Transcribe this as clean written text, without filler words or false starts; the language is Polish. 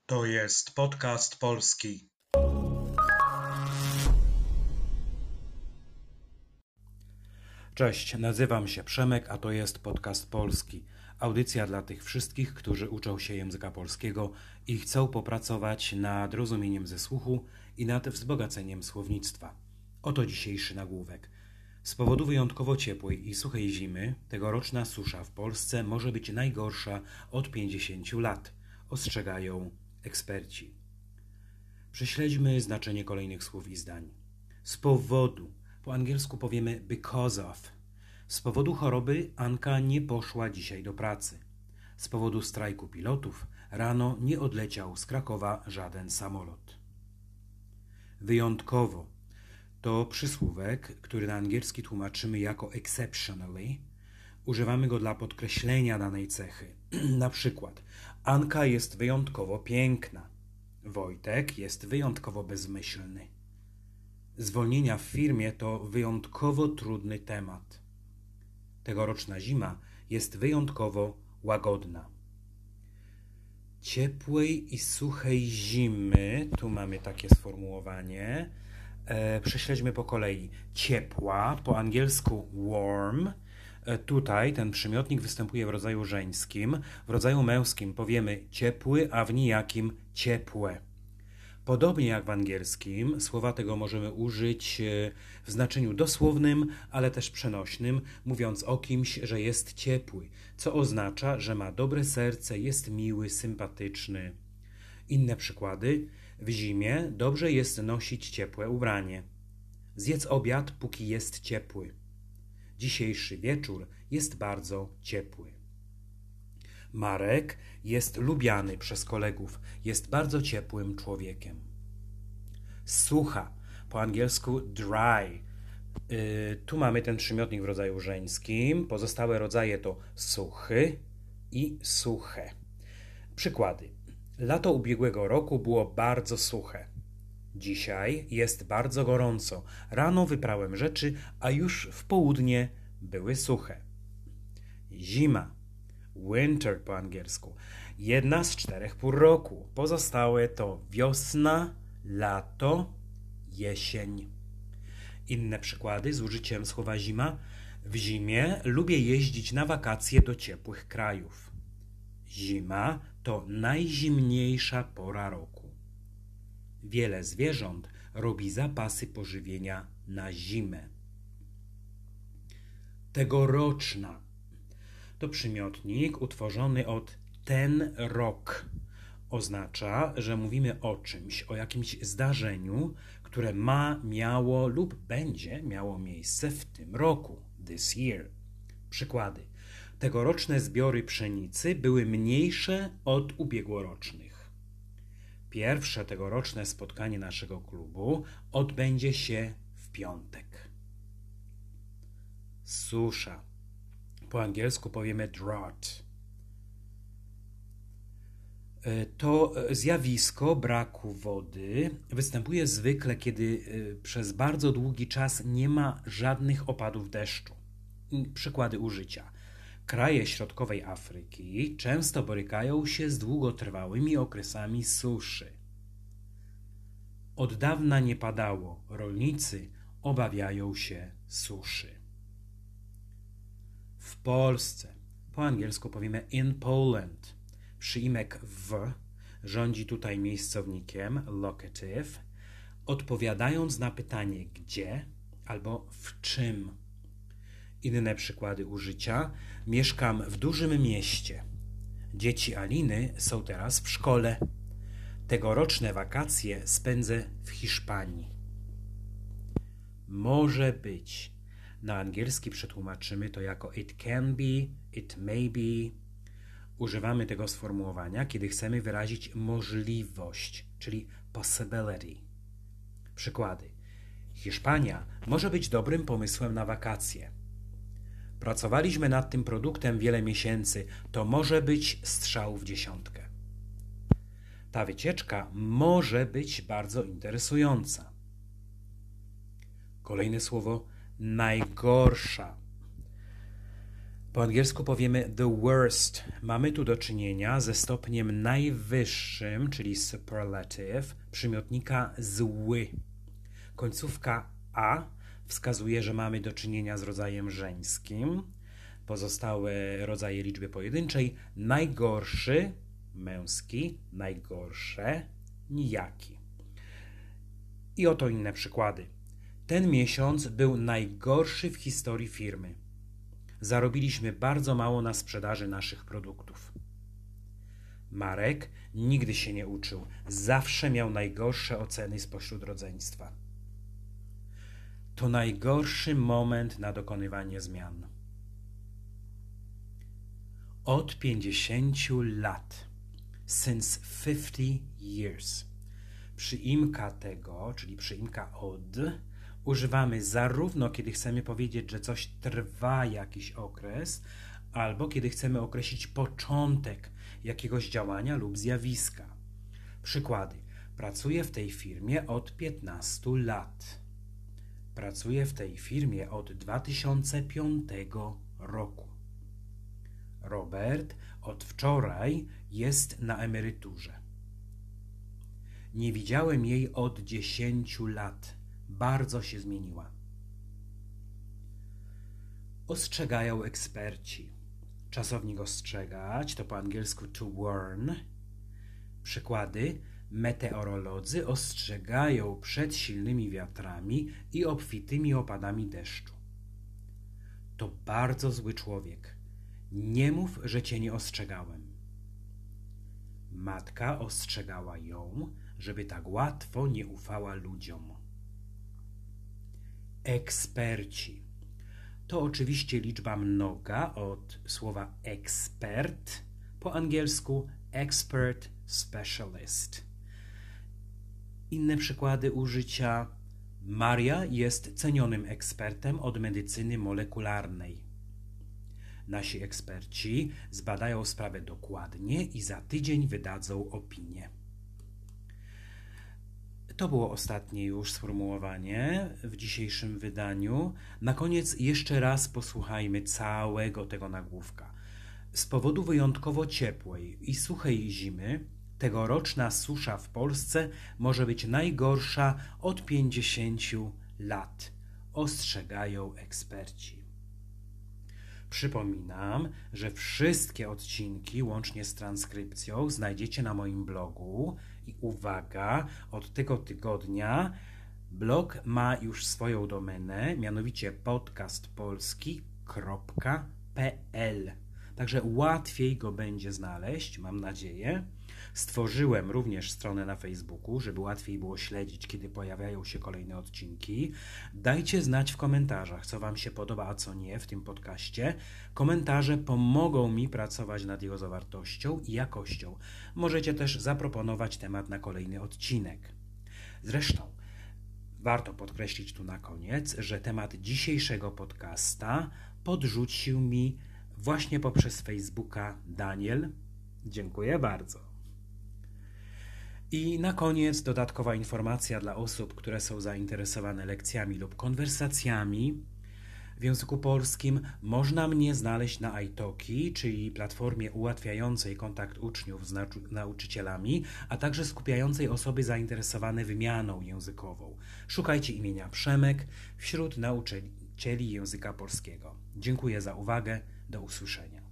To jest podcast polski. Cześć, nazywam się Przemek, a to jest podcast polski. Audycja dla tych wszystkich, którzy uczą się języka polskiego i chcą popracować nad rozumieniem ze słuchu i nad wzbogaceniem słownictwa. Oto dzisiejszy nagłówek. Z powodu wyjątkowo ciepłej i suchej zimy tegoroczna susza w Polsce może być najgorsza od 50 lat, ostrzegają eksperci. Prześledźmy znaczenie kolejnych słów i zdań. Z powodu. Po angielsku powiemy because of. Z powodu choroby Anka nie poszła dzisiaj do pracy. Z powodu strajku pilotów rano nie odleciał z Krakowa żaden samolot. Wyjątkowo to przysłówek, który na angielski tłumaczymy jako exceptionally. Używamy go dla podkreślenia danej cechy. Na przykład Anka jest wyjątkowo piękna. Wojtek jest wyjątkowo bezmyślny. Zwolnienia w firmie to wyjątkowo trudny temat. Tegoroczna zima jest wyjątkowo łagodna. Ciepłej i suchej zimy, tu mamy takie sformułowanie. Prześledźmy po kolei. Ciepła, po angielsku warm. Tutaj ten przymiotnik występuje w rodzaju żeńskim. W rodzaju męskim powiemy ciepły, a w nijakim ciepłe. Podobnie jak w angielskim, słowa tego możemy użyć w znaczeniu dosłownym, ale też przenośnym, mówiąc o kimś, że jest ciepły, co oznacza, że ma dobre serce, jest miły, sympatyczny. Inne przykłady. W zimie dobrze jest nosić ciepłe ubranie. Zjedz obiad, póki jest ciepły. Dzisiejszy wieczór jest bardzo ciepły. Marek jest lubiany przez kolegów, jest bardzo ciepłym człowiekiem. Sucha, po angielsku dry. Tu mamy ten przymiotnik w rodzaju żeńskim. Pozostałe rodzaje to suchy i suche. Przykłady. Lato ubiegłego roku było bardzo suche. Dzisiaj jest bardzo gorąco. Rano wyprałem rzeczy, a już w południe były suche. Zima. Winter po angielsku. Jedna z 4 pór roku. Pozostałe to wiosna, lato, jesień. Inne przykłady z użyciem słowa zima. W zimie lubię jeździć na wakacje do ciepłych krajów. Zima to najzimniejsza pora roku. Wiele zwierząt robi zapasy pożywienia na zimę. Tegoroczna. To przymiotnik utworzony od ten rok. Oznacza, że mówimy o czymś, o jakimś zdarzeniu, które miało lub będzie miało miejsce w tym roku. This year. Przykłady. Tegoroczne zbiory pszenicy były mniejsze od ubiegłorocznych. Pierwsze tegoroczne spotkanie naszego klubu odbędzie się w piątek. Susza. Po angielsku powiemy drought. To zjawisko braku wody występuje zwykle, kiedy przez bardzo długi czas nie ma żadnych opadów deszczu. Przykłady użycia. Kraje środkowej Afryki często borykają się z długotrwałymi okresami suszy. Od dawna nie padało, rolnicy obawiają się suszy. W Polsce, po angielsku powiemy in Poland. Przyimek w rządzi tutaj miejscownikiem, locative, odpowiadając na pytanie gdzie albo w czym. Inne przykłady użycia. Mieszkam w dużym mieście. Dzieci Aliny są teraz w szkole. Tegoroczne wakacje spędzę w Hiszpanii. Może być. Na angielski przetłumaczymy to jako it can be, it may be. Używamy tego sformułowania, kiedy chcemy wyrazić możliwość, czyli possibility. Przykłady. Hiszpania może być dobrym pomysłem na wakacje. Pracowaliśmy nad tym produktem wiele miesięcy. To może być strzał w dziesiątkę. Ta wycieczka może być bardzo interesująca. Kolejne słowo najgorsza. Po angielsku powiemy the worst. Mamy tu do czynienia ze stopniem najwyższym, czyli superlative, przymiotnika zły. Końcówka a wskazuje, że mamy do czynienia z rodzajem żeńskim. Pozostałe rodzaje liczby pojedynczej. Najgorszy, męski, najgorsze, nijaki. I oto inne przykłady. Ten miesiąc był najgorszy w historii firmy. Zarobiliśmy bardzo mało na sprzedaży naszych produktów. Marek nigdy się nie uczył. Zawsze miał najgorsze oceny spośród rodzeństwa. To najgorszy moment na dokonywanie zmian. Od 50 lat. Since 50 years. Przyimka tego, czyli przyimka od, używamy zarówno, kiedy chcemy powiedzieć, że coś trwa jakiś okres, albo kiedy chcemy określić początek jakiegoś działania lub zjawiska. Przykłady. Pracuję w tej firmie od 15 lat. Pracuję w tej firmie od 2005 roku. Robert od wczoraj jest na emeryturze. Nie widziałem jej od 10 lat. Bardzo się zmieniła. Ostrzegają eksperci. Czasownik ostrzegać to po angielsku to warn. Przykłady. Meteorolodzy ostrzegają przed silnymi wiatrami i obfitymi opadami deszczu. To bardzo zły człowiek. Nie mów, że cię nie ostrzegałem. Matka ostrzegała ją, żeby tak łatwo nie ufała ludziom. Eksperci. To oczywiście liczba mnoga od słowa ekspert, po angielsku expert, specialist. Inne przykłady użycia. Maria jest cenionym ekspertem od medycyny molekularnej. Nasi eksperci zbadają sprawę dokładnie i za tydzień wydadzą opinię. To było ostatnie już sformułowanie w dzisiejszym wydaniu. Na koniec jeszcze raz posłuchajmy całego tego nagłówka. Z powodu wyjątkowo ciepłej i suchej zimy tegoroczna susza w Polsce może być najgorsza od 50 lat. Ostrzegają eksperci. Przypominam, że wszystkie odcinki, łącznie z transkrypcją, znajdziecie na moim blogu. I uwaga, od tego tygodnia blog ma już swoją domenę, mianowicie podcastpolski.pl. Także łatwiej go będzie znaleźć, mam nadzieję. Stworzyłem również stronę na Facebooku, żeby łatwiej było śledzić, kiedy pojawiają się kolejne odcinki. Dajcie znać w komentarzach, co Wam się podoba, a co nie w tym podcaście. Komentarze pomogą mi pracować nad jego zawartością i jakością. Możecie też zaproponować temat na kolejny odcinek. Zresztą warto podkreślić tu na koniec, że temat dzisiejszego podcasta podrzucił mi właśnie poprzez Facebooka Daniel. Dziękuję bardzo. I na koniec dodatkowa informacja dla osób, które są zainteresowane lekcjami lub konwersacjami w języku polskim. Można mnie znaleźć na iTalki, czyli platformie ułatwiającej kontakt uczniów z nauczycielami, a także skupiającej osoby zainteresowane wymianą językową. Szukajcie imienia Przemek wśród nauczycieli języka polskiego. Dziękuję za uwagę. Do usłyszenia.